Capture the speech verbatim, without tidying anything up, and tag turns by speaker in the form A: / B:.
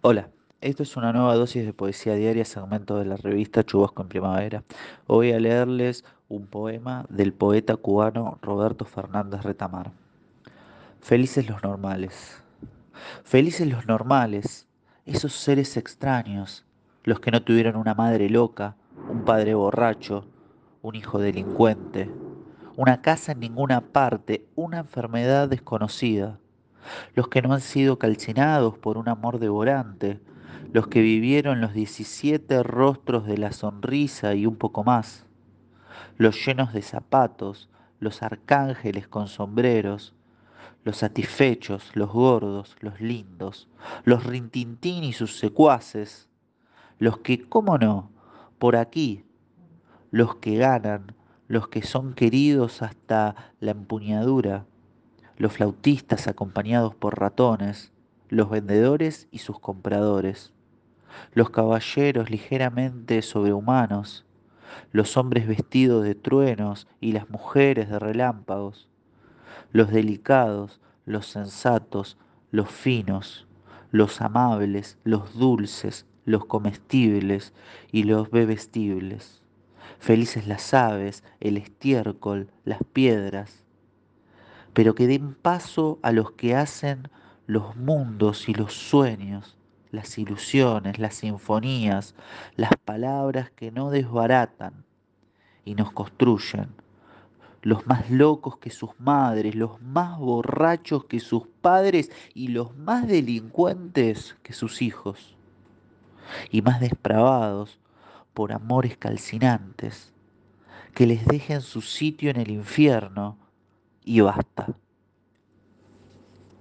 A: Hola, esto es una nueva dosis de poesía diaria, segmento de la revista Chubasco en Primavera. Hoy voy a leerles un poema del poeta cubano Roberto Fernández Retamar. Felices los normales. Felices los normales, esos seres extraños, los que no tuvieron una madre loca, un padre borracho, un hijo delincuente, una casa en ninguna parte, una enfermedad desconocida, los que no han sido calcinados por un amor devorante, los que vivieron los diecisiete rostros de la sonrisa y un poco más, los llenos de zapatos, los arcángeles con sombreros, los satisfechos, los gordos, los lindos, los rintintín y sus secuaces, los que, cómo no, por aquí, los que ganan, los que son queridos hasta la empuñadura, los flautistas acompañados por ratones, los vendedores y sus compradores, los caballeros ligeramente sobrehumanos, los hombres vestidos de truenos y las mujeres de relámpagos, los delicados, los sensatos, los finos, los amables, los dulces, los comestibles y los bebestibles. Felices las aves, el estiércol, las piedras, pero que den paso a los que hacen los mundos y los sueños, las ilusiones, las sinfonías, las palabras que no desbaratan y nos construyen, los más locos que sus madres, los más borrachos que sus padres y los más delincuentes que sus hijos, y más depravados por amores calcinantes, que les dejen su sitio en el infierno y basta.